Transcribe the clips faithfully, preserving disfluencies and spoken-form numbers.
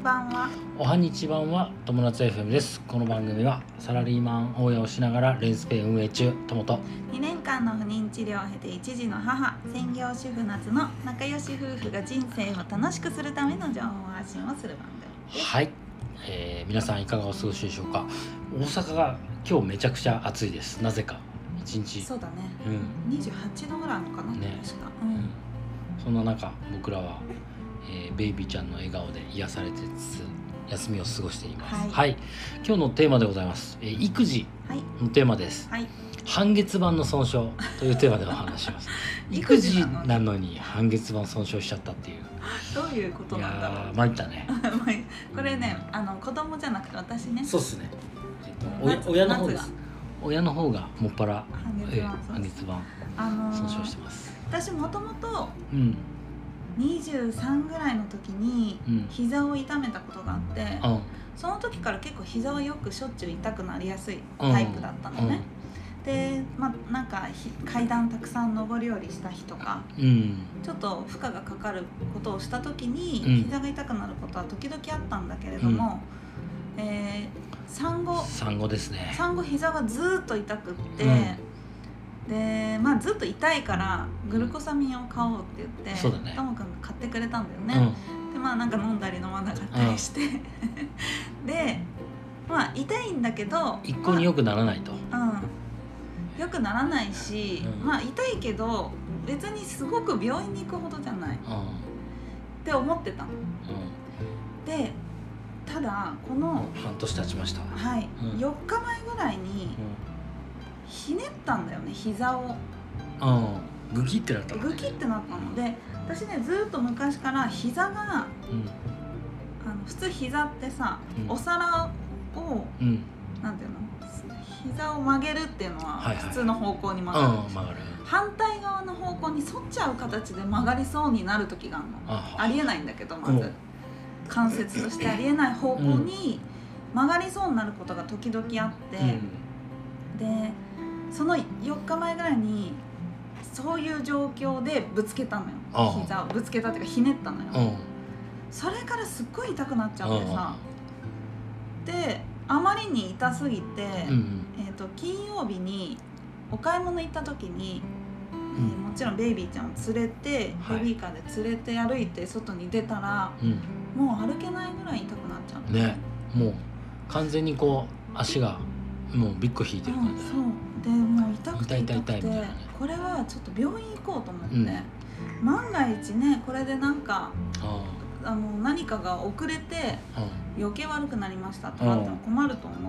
版はおはにちばんは友達 エフエム です。この番組はサラリーマン大家をしながらレンスペ運営中友とにねんかんの不妊治療を経て一児の母専業主婦夏の仲良し夫婦が人生を楽しくするための情報発信をする番組です。 はい、えー、皆さんいかがお過ごしでしょうか。大阪が今日めちゃくちゃ暑いです。なぜか一日そうだね、 うん、 にじゅうはちどぐらいのかな、 ね、 確か、 うんうん、そんな中僕らは、えー、ベイビーちゃんの笑顔で癒されてつつ休みを過ごしています。 はい、 はい、今日のテーマでございます、えー、育児のテーマです。はい、半月板の損傷というテーマでお話します。育児なのに半月板損傷しちゃったっていうどういうことなんだろう。 いや参ったねこれね、あの子供じゃなくて私ね。 そうっすね、えっと、親の方です。親の方がもっぱら半月板損傷してます。 私もともとにじゅうさんぐらいの時に膝を痛めたことがあって、うん、その時から結構膝はよくしょっちゅう痛くなりやすいタイプだったのね、うんうん、で、まあ、なんか階段たくさん上り下りした日とか、うん、ちょっと負荷がかかることをした時に膝が痛くなることは時々あったんだけれども、うん、えー、産後産後ですね。 産後膝がずっと痛くって、うんでまあ、ずっと痛いからグルコサミンを買おうって言ってとも、ね、くんが買ってくれたんだよね、うん、でまあなんか飲んだり飲まなかったりして、うん、でまあ痛いんだけど一向に良くならないと、 まあ、うん、良くならないし、うん、まあ痛いけど別にすごく病院に行くほどじゃない、うん、って思ってたの、うん、でただこの半年経ちました。 はい、うん、よっかまえぐらいに、うん、ひねったんだよね、膝を。 ああ、グキってなったの、ね、 グキってなったので、私ねずっと昔から膝が、うん、あの普通膝ってさ、うん、お皿を、うん、なんていうの、膝を曲げるっていうのは普通の方向に曲がる、はいはい、曲がる。反対側の方向に反っちゃう形で曲がりそうになる時があるの。 あ, ありえないんだけど、まず関節としてありえない方向に曲がりそうになることが時々あって、うん、でそのよっかまえぐらいにそういう状況でぶつけたのよ。膝をぶつけたっていうかひねったのよ。それからすっごい痛くなっちゃってさ、であまりに痛すぎて、うんうん、えーと、金曜日にお買い物行った時に、うん、えー、もちろんベイビーちゃんを連れて、はい、ベビーカーで連れて歩いて外に出たら、うん、もう歩けないぐらい痛くなっちゃってね。 もう完全にこう足がもうビッコ引いてる感じ、うん、 そうでもう痛くて痛くて、ね、これはちょっと病院行こうと思って、うん、万が一ねこれでなんかあの何かが遅れて余計悪くなりましたとなっても困ると思って、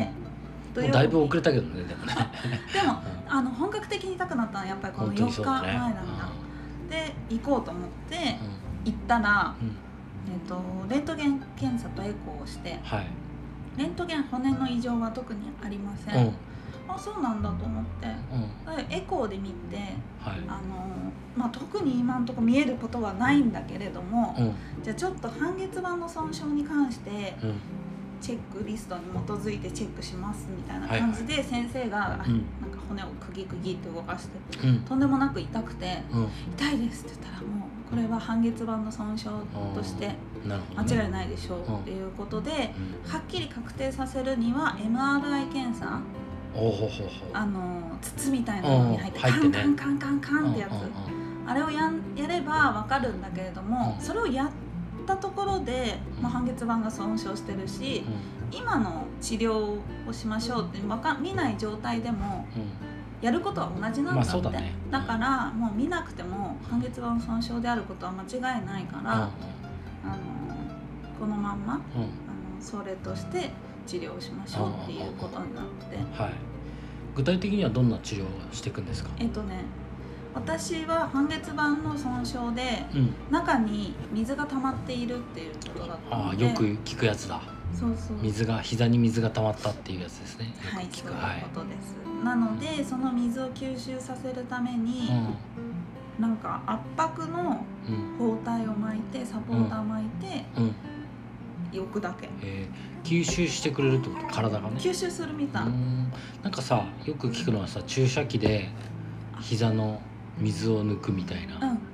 うん、だいぶ遅れたけどね。でもねでも、うん、あの本格的に痛くなったのはやっぱりこのよっかまえなんだ、ね、で行こうと思って行ったら、うん、えーと、レントゲン検査とエコーをして、はい、レントゲン骨の異常は特にありません、うん、あ、そうなんだと思って、うん、エコーで見て、はい、あのまあ、特に今のところ見えることはないんだけれども、うん、じゃあちょっと半月板の損傷に関してチェックリストに基づいてチェックしますみたいな感じで先生が、はいはい、なんか骨をクギクギって動かして、うん、とんでもなく痛くて、うん、痛いですって言ったらもうこれは半月板の損傷として間違いないでしょうっていうことで、うん、はっきり確定させるには エムアールアイ 検査、おほほほあの筒みたいなのに入ってカンカンカンカンカンってやつ、あれを や, やれば分かるんだけれども、それをやったところで、まあ、半月板が損傷してるし、今の治療をしましょうって見ない状態でもやることは同じなんだって、まあそうだね、だからもう見なくても半月板の損傷であることは間違いないから、あのこのまんま、あのそれとして治療しましょうっていうことになって、はい、 具体的にはどんな治療をしていくんですか？ えっとね私は半月板の損傷で、うん、中に水が溜まっているっていうことだったので、 あ、よく聞くやつだ。 そうそう、 水が膝に水が溜まったっていうやつですね。 はい、そういうことです、はい、なのでその水を吸収させるために、うん、なんか圧迫の包帯を巻いて、サポーター巻いて、うん、置くだけ、 えー、吸収してくれるってこと？体がね吸収するみたい。 うん、なんかさ、よく聞くのはさ、注射器で膝の水を抜くみたいな、うん、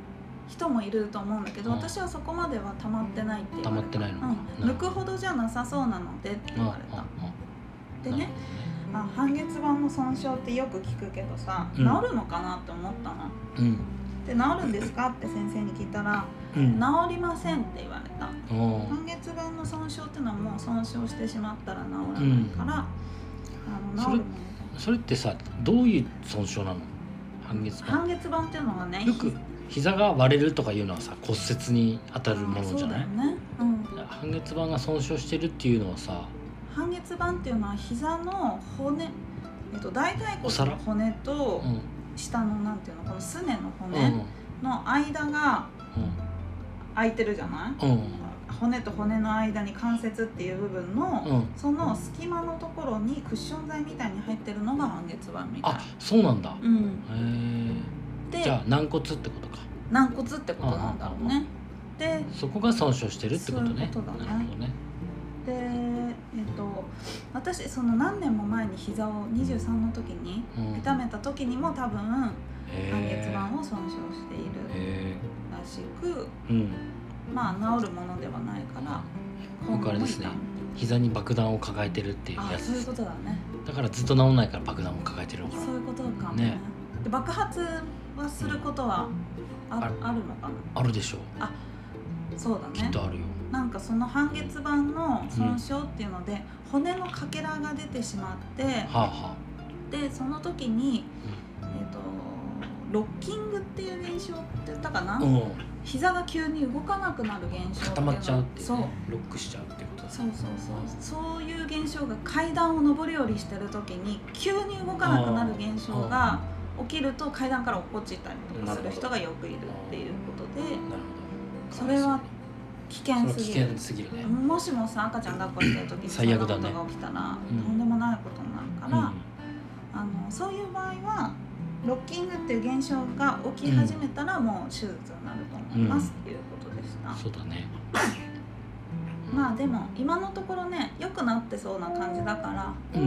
人もいると思うんだけど、私はそこまでは溜まってないって言われた。 溜まってないの、 うん、抜くほどじゃなさそうなのでって言われた。でね、あ、半月板の損傷ってよく聞くけどさ、治るのかなって思ったの。うん、で治るんですかって先生に聞いたら、うん、治りませんって言われた。半月板の損傷っていうのはもう損傷してしまったら治らないから、うん、あの治るもの。 それってさ、どういう損傷なの？半月板。 半月板っていうのはね、 よく膝が割れるとかいうのはさ、骨折に当たるものじゃない？そうだよね。うん、半月板が損傷してるっていうのはさ、 半月板っていうのは膝の骨、えっと、大腿骨の骨と下のなんていうの、このすねの骨の間が空いてるじゃない、うん、骨と骨の間に関節っていう部分の、うん、その隙間のところにクッション材みたいに入ってるのが半月板みたいな。 あ、そうなんだ。うん、へえ。じゃあ軟骨ってことか。 軟骨ってことなんだろうね。で、 そこが損傷してるってことね。 そういうことだね。なるほどね。で、えっと、私その何年も前に膝をにじゅうさんの時に痛めた時にも多分半月板を損傷しているらしく、うん、まあ治るものではないから今回あれですね、膝に爆弾を抱えてるっていうやつ。 そういうことだね。 だからずっと治んないから爆弾を抱えてるのかな。 そういうことかもね。ね、で爆発はすることは あ,、うん、あ, あるのかな。 あるでしょう。 あ、そうだね。 きっとあるよ。 なんかその半月板の損傷っていうので、うん、骨のかけらが出てしまって、はあはあ、でその時に、うん、えーと、ロッキングっていう現象って言ったかな、うん、膝が急に動かなくなる現象っていうの。 固まっちゃうっていう、ね、 そう、 ロックしちゃうってことだ。 そうそうそう、そういう現象が階段を上り下りしてる時に急に動かなくなる現象が起きると階段から落っこちたりとかする人がよくいるっていうことで、それは危険すぎる。 危険すぎるね。 もしもさ、赤ちゃん抱っこしてる時にそんなことが起きたら、ね、とんでもないことになるから、うん、あのそういう場合はロッキングっていう現象が起き始めたらもう手術になると思います、うん、っていうことでした。 そうだね。 まあでも今のところね、良くなってそうな感じだから、うん、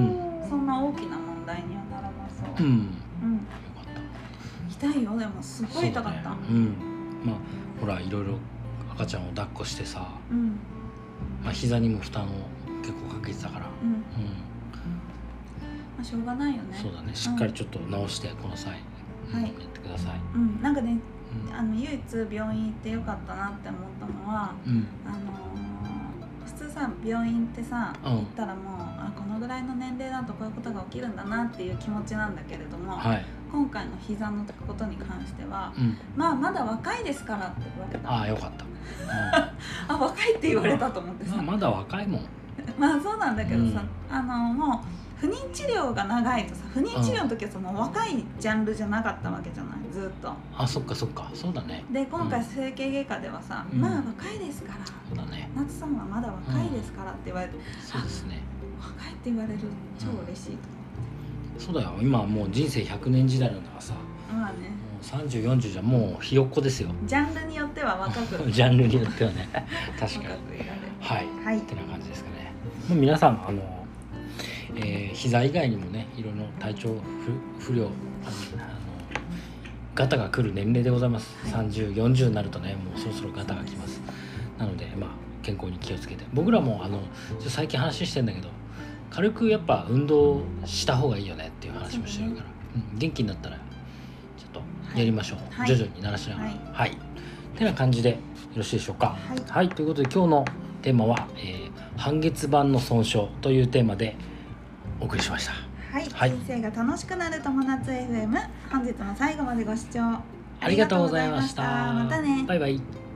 そんな大きな問題にはならなそう。うん、うん、よかった。痛いよ。でもすごい痛かった。う、ね、うん、 まあほらいろいろ赤ちゃんを抱っこしてさ、うん、まあ膝にも負担を結構かけてたから、うん、うん、まあしょうがないよね。 そうだね。しっかりちょっと直してこの際、うん、はい、やってください。 うん、なんかね、うん、あの唯一病院行ってよかったなって思ったのは、うん、あのー、普通さ病院ってさ、うん、行ったらもうあこのぐらいの年齢だとこういうことが起きるんだなっていう気持ちなんだけれども、はい、今回の膝のことに関しては、うん、まあまだ若いですからって言われた。 ああよかった、 うん、あ若いって言われたと思ってさ、 まあ、まだ若いもん。 まあそうなんだけどさ、うん、あのもう不妊治療が長いとさ、不妊治療の時はその若いジャンルじゃなかったわけじゃない、ずっと。 あ、そっかそっか、そうだね。 で今回整形外科ではさ、うん、まあ若いですから、 そうだね、 夏さんはまだ若いですからって言われて、うん、 そうですね、 若いって言われる超嬉しいと思って、 うん、そうだよ。今もう人生ひゃくねん時代なんだからさ、まあね、さんじゅう、よんじゅうじゃもうひよっこですよ。 ジャンルによっては若くジャンルによってはね確かに、はい、はい、ってな感じですかね。もう皆さんあのえー、膝以外にもね、いろいろ体調不良、あのガタが来る年齢でございます、はい、さんじゅう、よんじゅうになるとね、もうそろそろガタが来ます。なので、まあ、健康に気をつけて、僕らもあの最近話してんだけど、軽くやっぱ運動した方がいいよねっていう話もしてるから、うん、元気になったらちょっとやりましょう、はい、徐々に慣らしながら、はい、はい、ってな感じでよろしいでしょうか。はい、はい、ということで今日のテーマは、えー、半月板の損傷というテーマでお送りしました。 はい、はい、人生が楽しくなる友達 エフエム、本日も最後までご視聴ありがとうございました。 またね。 バイバイ。